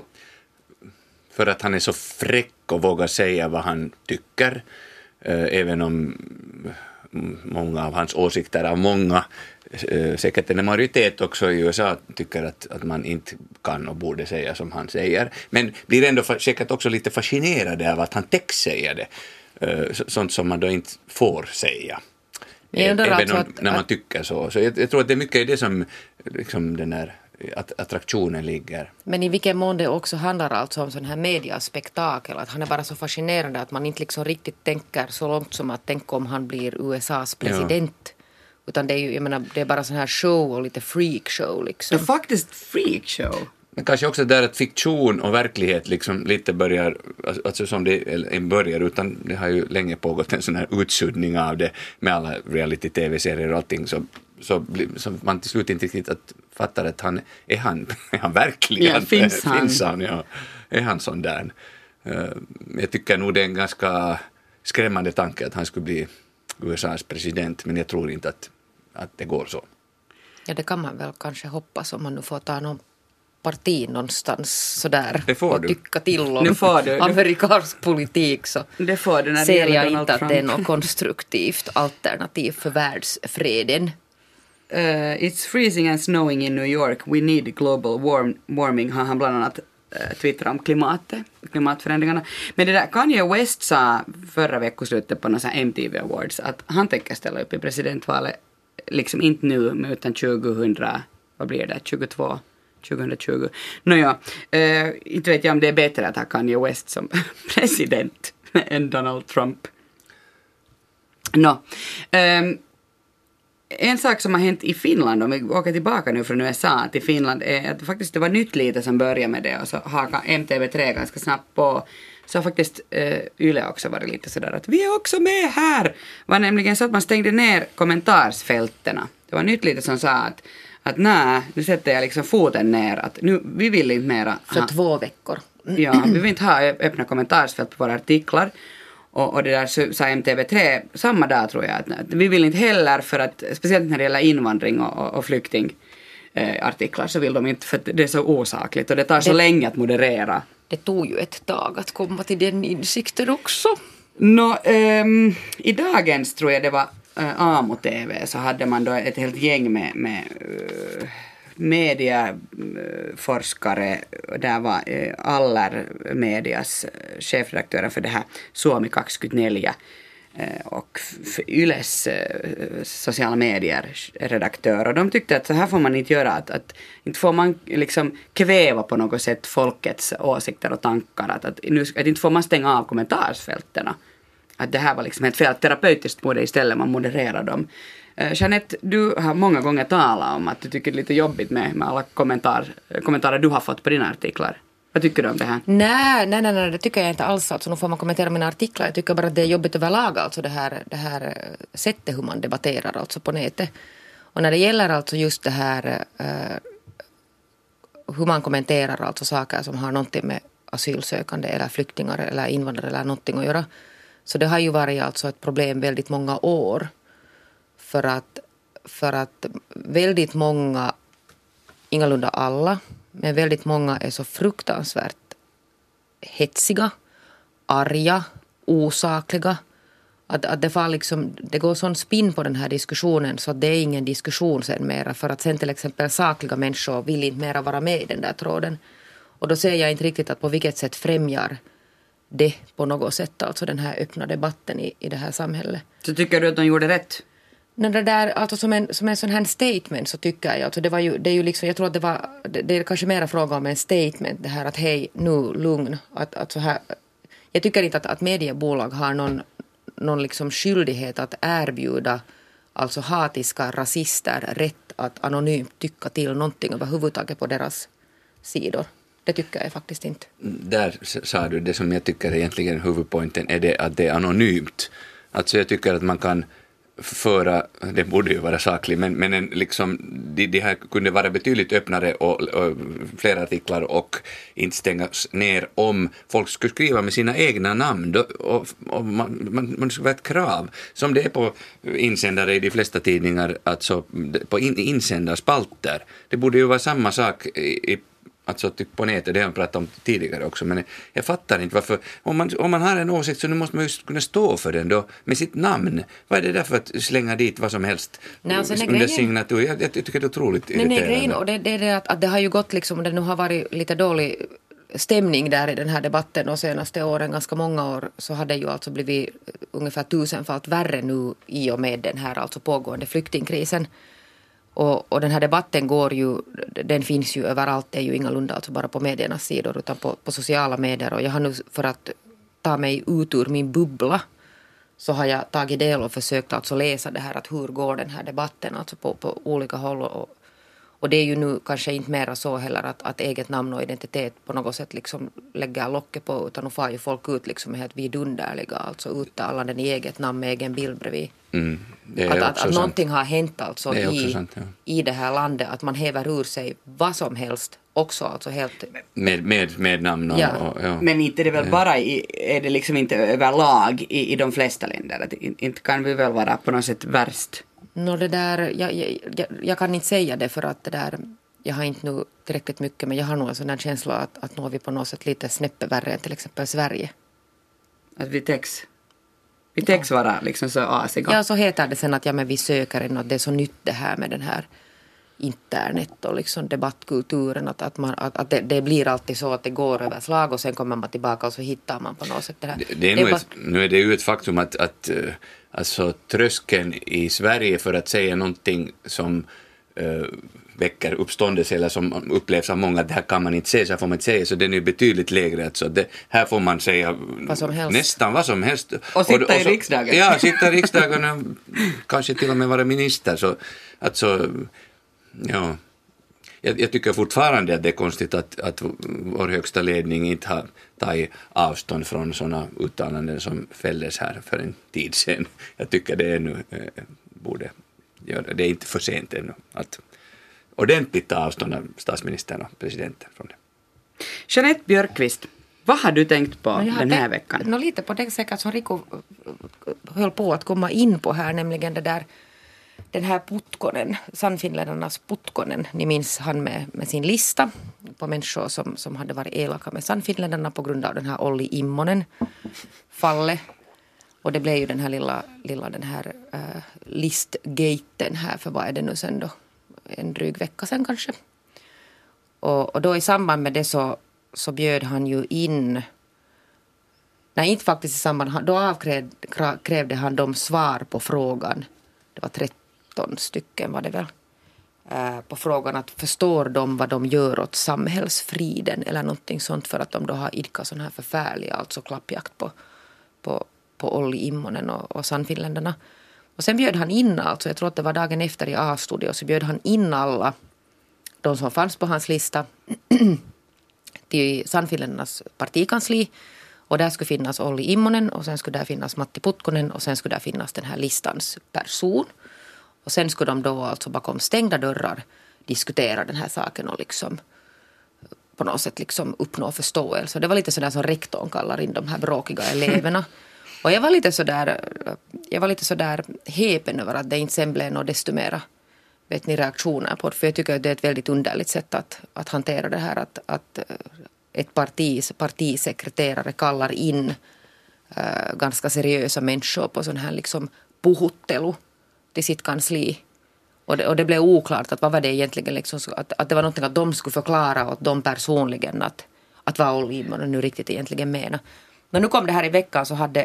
För att han är så fräck och vågar säga vad han tycker. Eh, även om många av hans åsikter av många, eh, säkert en majoritet också i U S A, tycker att, att man inte kan och borde säga som han säger. Men blir ändå fa- säkert också lite fascinerade av att han text säger det. Eh, sånt som man då inte får säga. Även alltså om, att, när man att, tycker så. Så jag, jag tror att det är mycket i det som liksom den där att attraktionen ligger. Men i vilken mån det också handlar alltså om sån här mediaspektakel, att han är bara så fascinerande att man inte liksom riktigt tänker så långt som att tänka om han blir U S A:s president. Ja. Utan det är ju, jag menar, det är bara sån här show och lite freakshow liksom. Det är faktiskt freakshow. Men kanske också där att fiktion och verklighet liksom lite börjar, alltså som det en börjar, utan det har ju länge pågått en sån här utsuddning av det med alla reality-tv-serier och allting, så, så, så man till slut inte riktigt att fattar att han är han, är han verkligen? Ja, finns han? Finns han, ja. Är han sån där? Uh, jag tycker nog det är en ganska skrämmande tanke att han skulle bli U S A:s president, men jag tror inte att, att det går så. Ja, det kan man väl kanske hoppas om man nu får ta någon parti någonstans sådär och du. tycka till om Nu får du. amerikansk politik, så Det får du när det ser gäller jag Donald inte att Trump. det är något konstruktivt alternativ för världsfreden. Uh, it's freezing and snowing in New York. We need global warm, warming, har han bland annat uh, twittrat om klimatet, klimatförändringarna. Men det där Kanye West sa förra veckoslutet på några M T V Awards att han tänker ställa upp i presidentvalet, liksom inte nu utan tjugohundra, vad blir det, tjugotvå, tjugohundratjugo. Nåja, uh, inte vet jag om det är bättre att ha Kanye West som president än Donald Trump. Nå, um, en sak som har hänt i Finland, om vi åker tillbaka nu från U S A till Finland, är att faktiskt det var nytt lite som började med det och så har M T V tre ganska snabbt på. Så har faktiskt eh, Yle också varit lite sådär att vi är också med här. Var nämligen så att man stängde ner kommentarsfälterna. Det var nytt lite som sa att, att nej, nu sätter jag liksom foten ner, att nu, vi vill inte mera För ha, två veckor. ja, vi vill inte ha öppna kommentarsfält på våra artiklar. Och, och det där så, sa M T V tre samma dag tror jag att, att vi vill inte heller, för att speciellt när det gäller invandring och, och, och flyktingartiklar eh, så vill de inte, för att det är så osakligt och det tar så det, länge att moderera. Det tog ju ett tag att komma till den insikten också. Nå, um, i dagens tror jag det var uh, Amo T V, så hade man då ett helt gäng med, med uh, medieforskare. Där var uh, Aller Medias uh, chefredaktören för det här Suomi kaksikymmentäneljä uh, och f- Yles uh, sociala medier redaktör. Och de tyckte att så här får man inte göra, att, att inte får man liksom kväva på något sätt folkets åsikter och tankar, att, att, nu, att inte får man stänga av kommentarsfälterna. Att det här var liksom ett fel terapeutiskt borde istället man modererar dem. Uh, Jeanette, du har många gånger talat om att du tycker det är lite jobbigt med, med alla kommentar, kommentarer du har fått på dina artiklar. Vad tycker du om det här? Nej, nej, nej, nej, det tycker jag inte alls. Alltså, nu får man kommentera mina artiklar. Jag tycker bara att det är jobbigt överlag, alltså det här, det här sättet hur man debatterar alltså på nätet. Och när det gäller alltså just det här uh, hur man kommenterar alltså saker som har någonting med asylsökande eller flyktingar eller invandrare eller någonting att göra. Så det har ju varit alltså ett problem väldigt många år. För att, för att väldigt många, ingalunda alla, men väldigt många är så fruktansvärt hetsiga, arga, osakliga. Att, att det, får liksom, det går sån spinn på den här diskussionen så att det är ingen diskussion sen mera. För att sen till exempel sakliga människor vill inte mera vara med i den där tråden. Och då ser jag inte riktigt att på vilket sätt främjar det på något sätt, alltså den här öppna debatten i, i det här samhället. Så tycker du att de gjorde rätt? När det där, alltså som en, som en sån här statement så tycker jag, alltså det var ju, det är ju liksom, jag tror att det var, det, det är kanske mera fråga om en statement, det här att hej, nu lugn, att, att så här, jag tycker inte att, att mediebolag har någon, någon liksom skyldighet att erbjuda alltså hatiska rasister rätt att anonymt tycka till någonting överhuvudtaget på deras sidor. Det tycker jag faktiskt inte. Där sa du det som jag tycker egentligen huvudpointen är det att det är anonymt. Alltså jag tycker att man kan föra, det borde ju vara sakligt, men, men en, liksom, de, de här kunde vara betydligt öppnare och, och fler artiklar och inte stängas ner om folk skulle skriva med sina egna namn då, och, och man, man, man skulle vara ett krav som det är på insändare i de flesta tidningar, alltså på in, insändarspalter. Det borde ju vara samma sak i, i alltså typ på nätet, det har jag pratat om tidigare också, men jag fattar inte varför, om man, om man har en åsikt så nu måste man just kunna stå för den då med sitt namn. Vad är det där för att slänga dit vad som helst nej, alltså, under grejen, signatur? Jag, jag tycker det är otroligt nej, irriterande. Nej, grejen, och det, det är det att, att det har ju gått liksom, det nu har varit lite dålig stämning där i den här debatten och senaste åren, ganska många år, så har det ju alltså blivit ungefär tusenfalt värre nu i och med den här alltså pågående flyktingkrisen. Och, och den här debatten går ju, den finns ju överallt, det är ju ingalunda alltså bara på mediernas sidor utan på, på sociala medier. Och jag har nu, för att ta mig ut ur min bubbla, så har jag tagit del och försökt alltså läsa det här, att hur går den här debatten alltså på, på olika håll. Och, Och det är ju nu kanske inte mera så heller att, att eget namn och identitet på något sätt liksom lägger locket på, utan nu får ju folk ut liksom med att vi är dunderliga, alltså uttalar den i eget namn med egen bild bredvid. Mm, det att, att, att någonting har hänt alltså det i, sant, ja. i det här landet, att man häver ur sig vad som helst också, alltså helt... Med, med, med namn och... Ja. och ja. Men inte är det väl bara i, är det liksom inte överlag i, i de flesta länder, att in, inte kan vi väl vara på något sätt värst. No, det där, jag, jag, jag, jag kan inte säga det för att det där, jag har inte nu tillräckligt mycket, men jag har nog en sån där känsla att, att nu är vi på något sätt lite snäppet värre än till exempel Sverige. Att vi täcks, vi täcks vara liksom så asiga. Ja, så heter det sen att ja, men vi söker en, att det är så nytt det här med den här internet och liksom debattkulturen, att, att, man, att, att det, det blir alltid så att det går över slag och sen kommer man tillbaka och så hittar man på något sätt det här. Det, det är det nu, är ett, nu är det ju ett faktum att, att uh, alltså, tröskeln i Sverige för att säga någonting som uh, väcker uppståndelse eller som upplevs av många att det här kan man inte säga, så här får man inte säga, så den är betydligt lägre. Alltså, det, här får man säga vad som helst. Nästan vad som helst. Och sitta och, och i så, riksdagen. Ja, sitta i riksdagen och kanske till och med vara minister. Så, alltså, ja... Jag, jag tycker fortfarande att det är konstigt att, att vår högsta ledning inte har tagit avstånd från sådana uttalanden som fälldes här för en tid sedan. Jag tycker det är nu eh, borde göra. Det är inte för sent ännu att ordentligt ta avstånd av statsministern och presidenten från det. Jeanette Björkqvist, vad har du tänkt på No, jag har den här tänkt, veckan? No, lite på det säkert som Riku höll på att komma in på här, nämligen det där den här Putkonen, Sannfinländarnas Putkonen, ni minns han med, med sin lista på människor som, som hade varit elaka med Sannfinländarna på grund av den här Olli Immonen fallet. Och det blev ju den här lilla, lilla den här uh, listgaten här för vad är det nu sen då? En dryg vecka sen kanske. Och, och då i samband med det så, så bjöd han ju in, nej inte faktiskt i samband, då avkrävde han dem svar på frågan. Det var tretton stycken var det väl. Äh, på frågan att förstår de vad de gör åt samhällsfriden eller någonting sånt, för att de då har idkat sån här förfärlig alltså klappjakt på, på, på Olli Immonen och, och Sannfinländarna. Och sen bjöd han in alltså, jag tror att det var dagen efter i A-studio, så bjöd han in alla de som fanns på hans lista till Sannfinländarnas partikansli. Och där skulle finnas Olli Immonen och sen skulle där finnas Matti Putkonen och sen skulle där finnas den här listans person. Och sen skulle de då alltså bakom stängda dörrar diskutera den här saken och liksom på något sätt liksom uppnå förståelse. Det var lite sådär som rektorn kallar in de här bråkiga eleverna. Och jag var lite sådär, jag var lite sådär häpen över att det inte sen blev något desto mera, vet ni, reaktioner på det. För jag tycker att det är ett väldigt underligt sätt att, att hantera det här, att, att ett partis partisekreterare kallar in äh, ganska seriösa människor på sån här liksom puhuttelu till sitt kansli. Och det, och det blev oklart att vad var det egentligen liksom, att, att det var någonting att de skulle förklara åt dem personligen att, att vad Olli Immonen nu riktigt egentligen menar. Men nu kom det här i veckan, så hade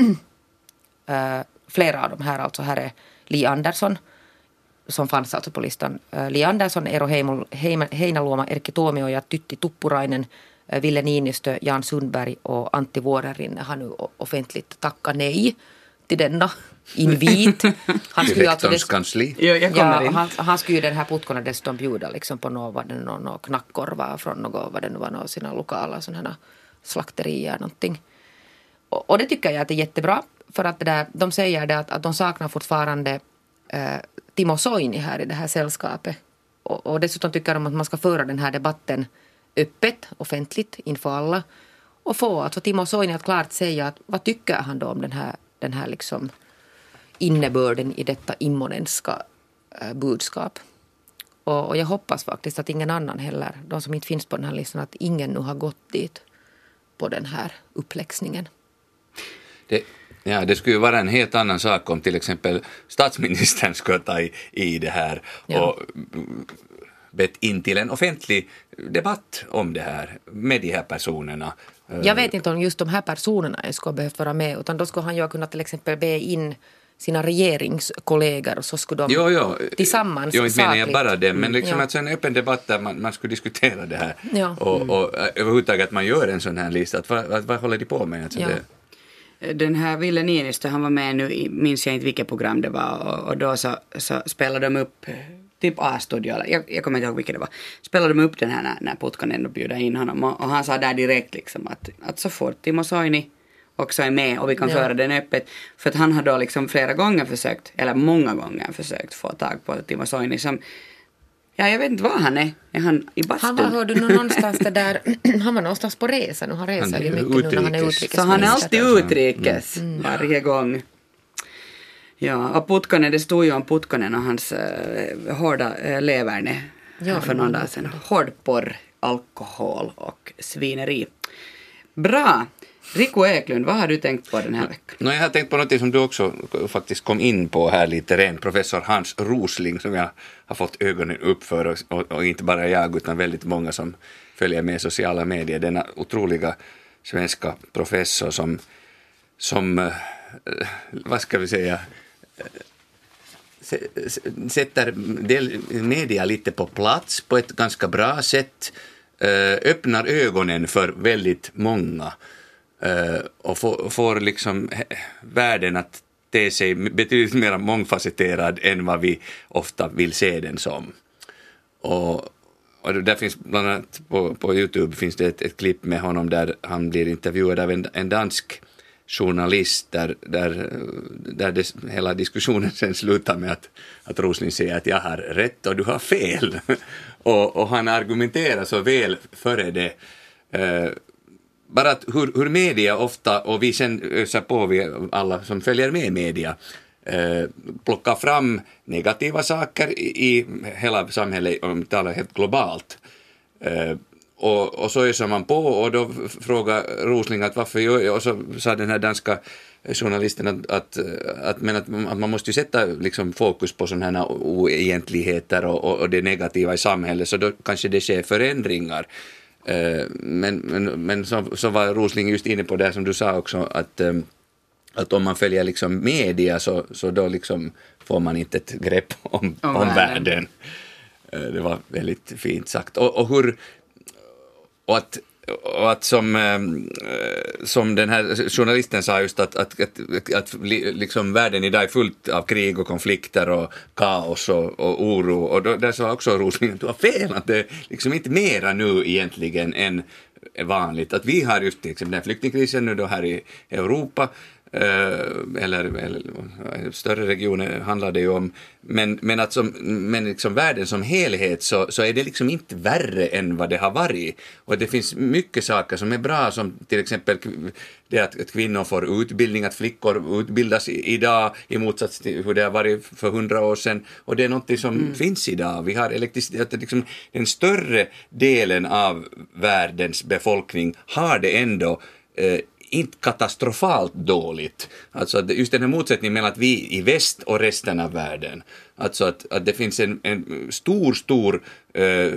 äh, flera av de här, alltså här är Li Andersson som fanns alltså på listan. Äh, Li Andersson, Eero Heinäluoma, Erkki Tuomioja, Tytti Tuppurainen, Ville Niinistö, Jan Sundberg och Antti Vuorenrinne har nu offentligt tackat nej till denna invit. Han skulle alltså Rektors kansli. Jo, jag kommer ja, in. han, han skulle ju den här Putkonen dessutom bjuda liksom på något, vad det nu, något knackkorvar från något, vad det nu var, något sina lokala sådana slakterier någonting. Och, och det tycker jag att det är jättebra, för att det där, de säger det att, att de saknar fortfarande eh, Timo Soini här i det här sällskapet. Och, och dessutom tycker de att man ska föra den här debatten öppet, offentligt, inför alla. Och få alltså Timo Soini att klart säga att vad tycker han då om den här, den här liksom innebörden i detta immonenska äh, budskap. Och, och jag hoppas faktiskt att ingen annan heller, de som inte finns på den här listan, att ingen nu har gått dit på den här uppläxningen. Det, ja, det skulle ju vara en helt annan sak om till exempel statsministern skulle ta i, i det här ja. och bett in till en offentlig debatt om det här med de här personerna. Jag vet inte om just de här personerna skulle ha behövt vara med, utan då skulle han ju kunna till exempel be in sina regeringskollegor, och så skulle de jo, jo. tillsammans jo, inte menar jag sakligt. bara det, men liksom ja. att en öppen debatt där man, man skulle diskutera det här Ja. och, och överhuvudtaget att man gör en sån här lista, att vad, vad, vad håller de på med? Alltså Ja. det, Den här Ville Niinistö, han var med nu, minns jag inte vilket program det var, och, och då så, så spelade de upp typ A-studio, eller jag, jag kommer inte ihåg vilket det var, spelade de upp den här när, när Putkanen bjöd in honom och, och han sa där direkt liksom att, att så fort Timo Soini också är med och vi kan ja. föra den öppet, för att han har då liksom flera gånger försökt, eller många gånger försökt få tag på Timo Soini som, ja jag vet inte var han är, är han i bastun? Han var, hör du någonstans det där, han var någonstans på resa, nu har reser ju mycket utrikes. Nu när han är utrikes. Så han är alltid utrikes mm. varje gång. Ja, och Putkanen, det stod ju om Putkanen och hans äh, hårda äh, leverne ja, för någon dag sedan. Hårdporr, alkohol och svineri. Bra! Rico Eklund, vad har du tänkt på den här veckan? No, jag har tänkt på något som du också faktiskt kom in på här lite rent. Professor Hans Rosling som jag har fått ögonen upp för och, och, och inte bara jag utan väldigt många som följer med sociala medier. Denna otroliga svenska professor som, som äh, vad ska vi säga, sätter media lite på plats på ett ganska bra sätt, öppnar ögonen för väldigt många och får, får liksom världen att te sig betydligt mer mångfacetterad än vad vi ofta vill se den som. Och, och där finns bland annat på, på YouTube finns det ett, ett klipp med honom där han blir intervjuad av en, en dansk journalist där, där, där det, hela diskussionen sen slutar med att, att Rosling säger att jag har rätt och du har fel. och, och han argumenterar så väl före det. Eh, bara att hur, hur media ofta, och vi sen öser på, vi alla som följer med media, eh, plockar fram negativa saker i, i hela samhället, om vi talar helt globalt. Eh, Och, och så öser man på och då frågar Rosling att varför gör jag, och så sa den här danska journalisten att, att, att, men att, att man måste ju sätta liksom fokus på sådana här oegentligheter och, och, och det negativa i samhället, så då kanske det sker förändringar. Men, men, men så, så var Rosling just inne på det som du sa också, att, att om man följer liksom media så, så då liksom får man inte ett grepp om, om, om världen. Det var väldigt fint sagt. Och, och hur Och att, och att som, som den här journalisten sa just att, att, att, att liksom världen idag är fullt av krig och konflikter och kaos och, och oro. Och då, där sa också Rosling att du har fel, att det är liksom inte mera nu egentligen än vanligt. Att vi har just till exempel den här flyktingkrisen nu då här i Europa, eller, eller större regioner handlar det ju om, men, men, att som, men liksom världen som helhet så, så är det liksom inte värre än vad det har varit, och det finns mycket saker som är bra, som till exempel det att, att kvinnor får utbildning, att flickor utbildas idag i motsats till hur det har varit för hundra år sedan, och det är något som mm. finns idag. Vi har elektricitet, liksom den större delen av världens befolkning har det ändå eh, inte katastrofalt dåligt. Alltså just den här motsättningen mellan att vi i väst och resten av världen. Alltså att, att det finns en, en stor, stor eh,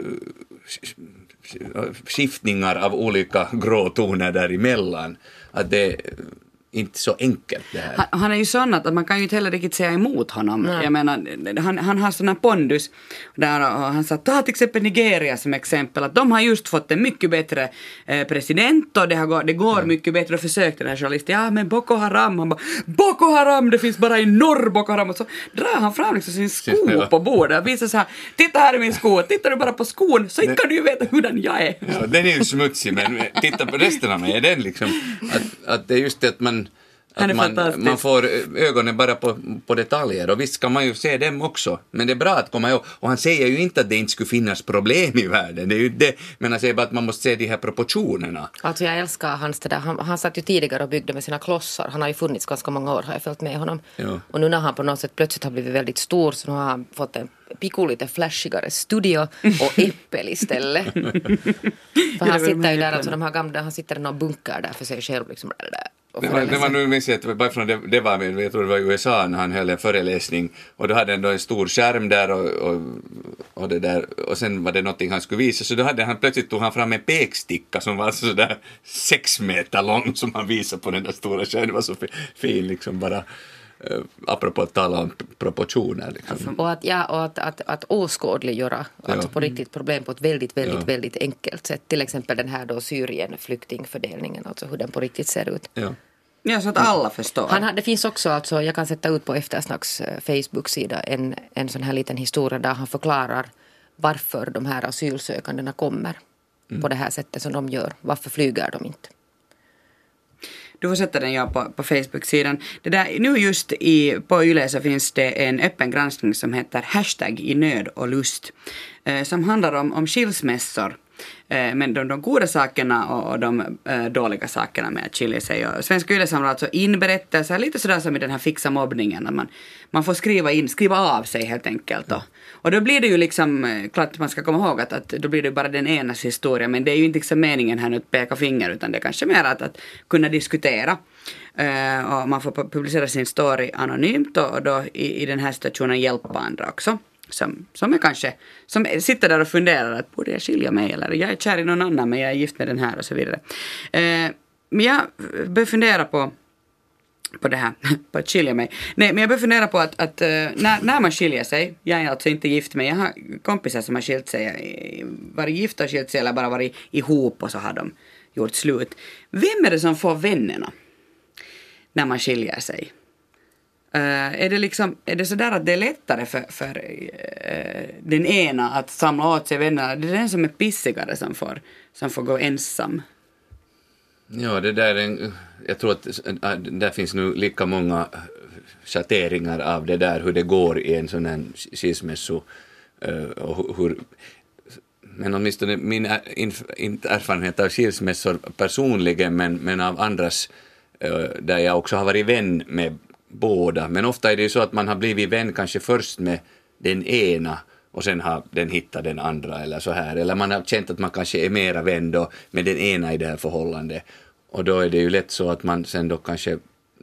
skiftningar av olika gråtoner däremellan. Att det inte så enkelt det här. Han, han är ju sån att man kan ju inte heller riktigt säga emot honom. Nej. Jag menar, han, han har sån här pondus där, och han sa, ta till exempel Nigeria som exempel, att de har just fått en mycket bättre eh, president och det, har, det går mm. mycket bättre, och försökte den här journalisten, ja men Boko Haram, han bara, Boko Haram, det finns bara i norr Boko Haram, och så drar han fram liksom sin sko ja. på bordet och visar så här, titta här är min sko, tittar du bara på skon så inte kan du ju veta hur den jag är. Ja, den är ju smutsig, men titta på resten av mig, är den liksom, att, att det är just det att man Att man, man får ögonen bara på, på detaljer, och visst kan man ju se dem också, men det är bra att komma ihåg, och han säger ju inte att det inte skulle finnas problem i världen, det är ju det, men han säger bara att man måste se de här proportionerna. Alltså jag älskar hans det där, han, han satt ju tidigare och byggde med sina klossar, han har ju funnits ganska många år, har jag följt med honom, ja. Och nu när han på något sätt plötsligt har blivit väldigt stor, så nu har han fått en pico lite flashigare studio och äppel istället. För han sitter ju där, alltså de här gamla, han sitter i någon bunker där för sig själv liksom där. Det var, det var nu minns jag att bara från det, det var med, jag tror det var i U S A när han höll en föreläsning, och då hade han då en stor skärm där och, och, och det där, och sen var det någonting han skulle visa, så då hade han plötsligt tog han fram en peksticka som var så där sex meter lång som han visade på den där stora skärmen. Det var så fin liksom bara. Uh, apropå att tala om proportioner liksom. Och att, ja, och att, att, att åskådliggöra alltså ja. på riktigt problem på ett väldigt, väldigt, ja. väldigt enkelt sätt. Till exempel den här då Syrien-flyktingfördelningen, alltså hur den på riktigt ser ut. Ja. Ja, så att alla förstår. Han har, det finns också, alltså, jag kan sätta ut på Eftersnacks Facebook-sida en, en sån här liten historia där han förklarar varför de här asylsökandena kommer mm. på det här sättet som de gör. Varför flyger de inte? Du får sätta den ja på, på Facebook-sidan. Det där, nu just i, på Yle så finns det en öppen granskning som heter Hashtag i nöd och lust. Eh, som handlar om, om skilsmässor. Eh, men de, de goda sakerna och, och de eh, dåliga sakerna med att skilja sig. Och Svenska Yle samlar alltså in berättelser, lite sådär som i den här fixa mobbningen. Att man, man får skriva in, skriva av sig helt enkelt. Och, och då blir det ju liksom, klart att man ska komma ihåg att, att då blir det bara den enas historia. Men det är ju inte liksom meningen här nu att peka finger, utan det är kanske mer att, att kunna diskutera. Uh, och man får publicera sin story anonymt och, och då i, i den här situationen hjälpa andra också. Som, som är kanske, som sitter där och funderar att borde jag skilja mig eller jag är kär i någon annan men jag är gift med den här och så vidare. Uh, men jag börjar fundera på på det här, på att skilja mig. Nej, men jag börjar fundera på att, att uh, när, när man skiljer sig, jag är alltså inte gift men jag har kompisar som har skilt sig, varit gifta och skilt sig eller bara varit ihop och så har de gjort slut. Vem är det som får vännerna när man skiljer sig? Uh, är det liksom, är det så där att det är lättare för, för uh, den ena att samla åt sig vänner? Det är den som är pissigare som får, som får gå ensam. Ja, det där är en, jag tror att äh, där finns nu lika många schatteringar av det där, hur det går i en sån här skilsmässo. Uh, och hur, men åtminstone min erfarenhet av skilsmässor personligen, men, men av andras där jag också har varit vän med båda. Men ofta är det ju så att man har blivit vän kanske först med den ena och sen har den hittat den andra eller så här. Eller man har känt att man kanske är mera vän då med den ena i det här förhållandet. Och då är det ju lätt så att man sen då kanske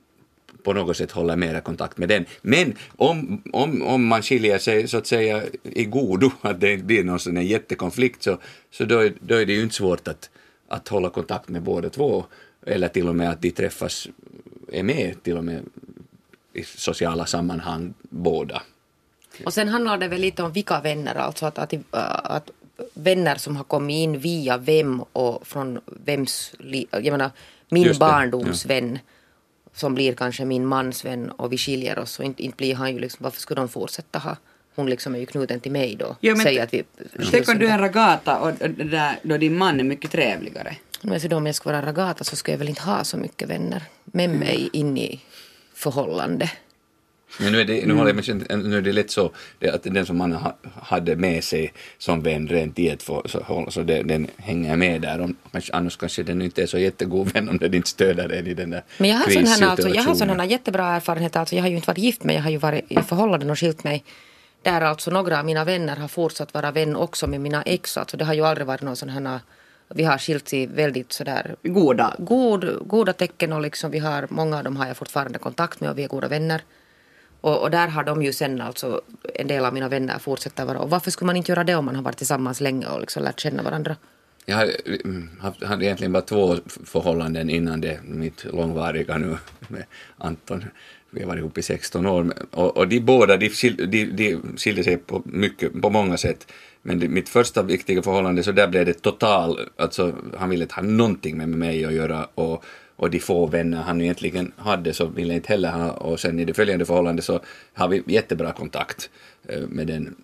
på något sätt håller mera kontakt med den. Men om, om, om man skiljer sig så att säga i godo, att det blir någon sån här jättekonflikt, så, så då, är, då är det ju inte svårt att, att hålla kontakt med båda två. Eller till och med att de träffas, är med till och med i sociala sammanhang båda. Och sen handlar det väl lite om vilka vänner, alltså att, att, att vänner som har kommit in via vem och från vems, jag menar min barndomsvän ja. Som blir kanske min mans vän och vi skiljer oss och inte, inte blir han ju liksom, varför skulle de fortsätta ha? Hon liksom är ju knuten till mig då. Ja, men säger att vi, tänk om du är en ragata och, och där, då din man är mycket trevligare. Men så då om jag skulle vara ragata så skulle jag väl inte ha så mycket vänner med mig mm. in i förhållande. Men nu är det, nu mm. håller jag med, nu är det lätt så det, att den som man ha, hade med sig som vän rent i ett för, så, så det, den hänger med där. Om, annars kanske den inte är så jättegod vän om den inte stöder den i den där men jag har sådana alltså, jag har sådana jättebra erfarenheter. Alltså, jag har ju inte varit gift men jag har ju varit i förhållanden och skilt mig. Där alltså några av mina vänner har fortsatt vara vän också med mina ex. Alltså det har ju aldrig varit någon sån här, vi har skilt sig väldigt sådär goda. God, goda tecken och liksom vi har, många av dem har jag fortfarande kontakt med och vi är goda vänner. Och, och där har de ju sen alltså en del av mina vänner fortsätter vara. Och varför skulle man inte göra det om man har varit tillsammans länge och liksom lärt känna varandra? Jag hade egentligen bara två förhållanden innan det, mitt långvariga nu med Anton. Vi har varit ihop i sexton år. Och, och de båda, de, de, de skilde sig på, mycket, på många sätt. Men det, mitt första viktiga förhållande, så där blev det total, alltså han ville inte ha någonting med mig att göra. Och, och de få vänner han egentligen hade så ville inte heller ha. Och sen i det följande förhållandet så har vi jättebra kontakt med den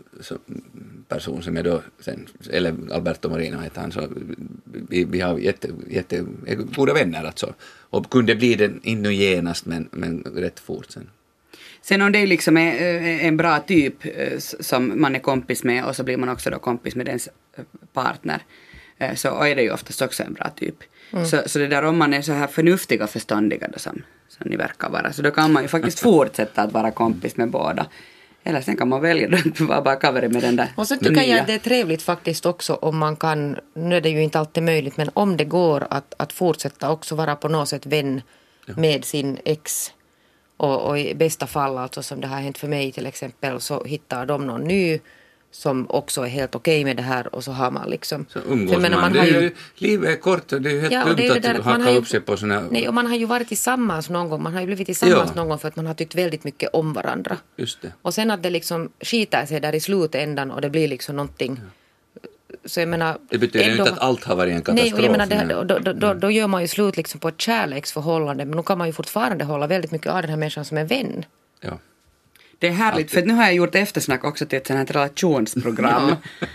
person som är då sen, eller Alberto Marino heter han, så vi, vi har jätte, jätte goda vänner alltså. Och kunde bli den innu genast men, men rätt fort sen. Sen om det liksom är en bra typ som man är kompis med och så blir man också då kompis med dens partner, så är det ju oftast också en bra typ. Mm. Så, så det där om man är så här förnuftiga och förståndiga då, som, som ni verkar vara, så då kan man ju faktiskt fortsätta att vara kompis med båda. Eller sen kan man välja att vara bara cover med den där. Och så tycker nya. Jag att det är trevligt faktiskt också om man kan, nu är det ju inte alltid möjligt, men om det går att, att fortsätta också vara på något sätt vän ja. Med sin ex. Och, och i bästa fall, alltså som det har hänt för mig till exempel, så hittar de någon ny som också är helt okej med det här och så har man liksom... Så umgås man. man det är ju, livet är kort och det är ju helt ja, dumt att där, haka upp sig på såna... Nej, och man har ju varit tillsammans någon gång. Man har ju blivit tillsammans ja. Någon gång för att man har tyckt väldigt mycket om varandra. Just det. Och sen att det liksom skiter sig där i slutändan och det blir liksom någonting ja. så jag menar... Det betyder ju ändå, inte att allt har varit en katastrof. Nej, och jag menar, det, då, då, då, då gör man ju slut liksom på ett kärleksförhållande, men nu kan man ju fortfarande hålla väldigt mycket av den här människan som en vän. Ja. Det är härligt, för nu har jag gjort eftersnack också till ett sånt här relationsprogram.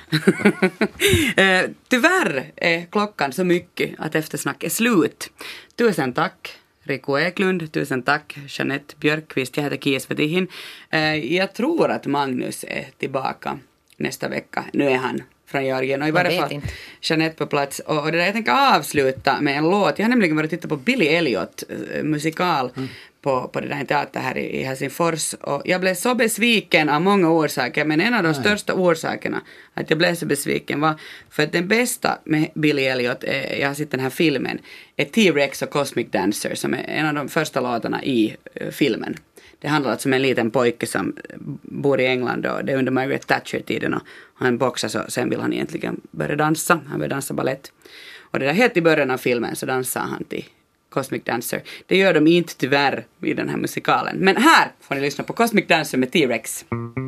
eh, tyvärr är klockan så mycket att eftersnack är slut. Tusen tack Riku Eklund, tusen tack Jeanette Björkqvist, jag heter Kies Vetihin. Eh, jag tror att Magnus är tillbaka nästa vecka. Nu är han från Georgien och i varje fall Jeanette på plats. Och, och det där, jag tänker avsluta med en låt. Jag har nämligen varit och tittat på Billy Elliot äh, musikal mm. på, på det där teater här i, i Helsingfors. Och jag blev så besviken av många orsaker, men en av de Nej. största orsakerna att jag blev så besviken var för att den bästa med Billy Elliot, är, jag har sett den här filmen, är T-Rex och Cosmic Dancer som är en av de första låtarna i äh, filmen. Det handlar alltså om en liten pojke som bor i England och det är under Margaret Thatcher-tiden och han boxar så sen vill han egentligen börja dansa. Han vill dansa ballett. Och det där helt i början av filmen så dansar han till Cosmic Dancer. Det gör de inte tyvärr i den här musikalen. Men här får ni lyssna på Cosmic Dancer med T-Rex.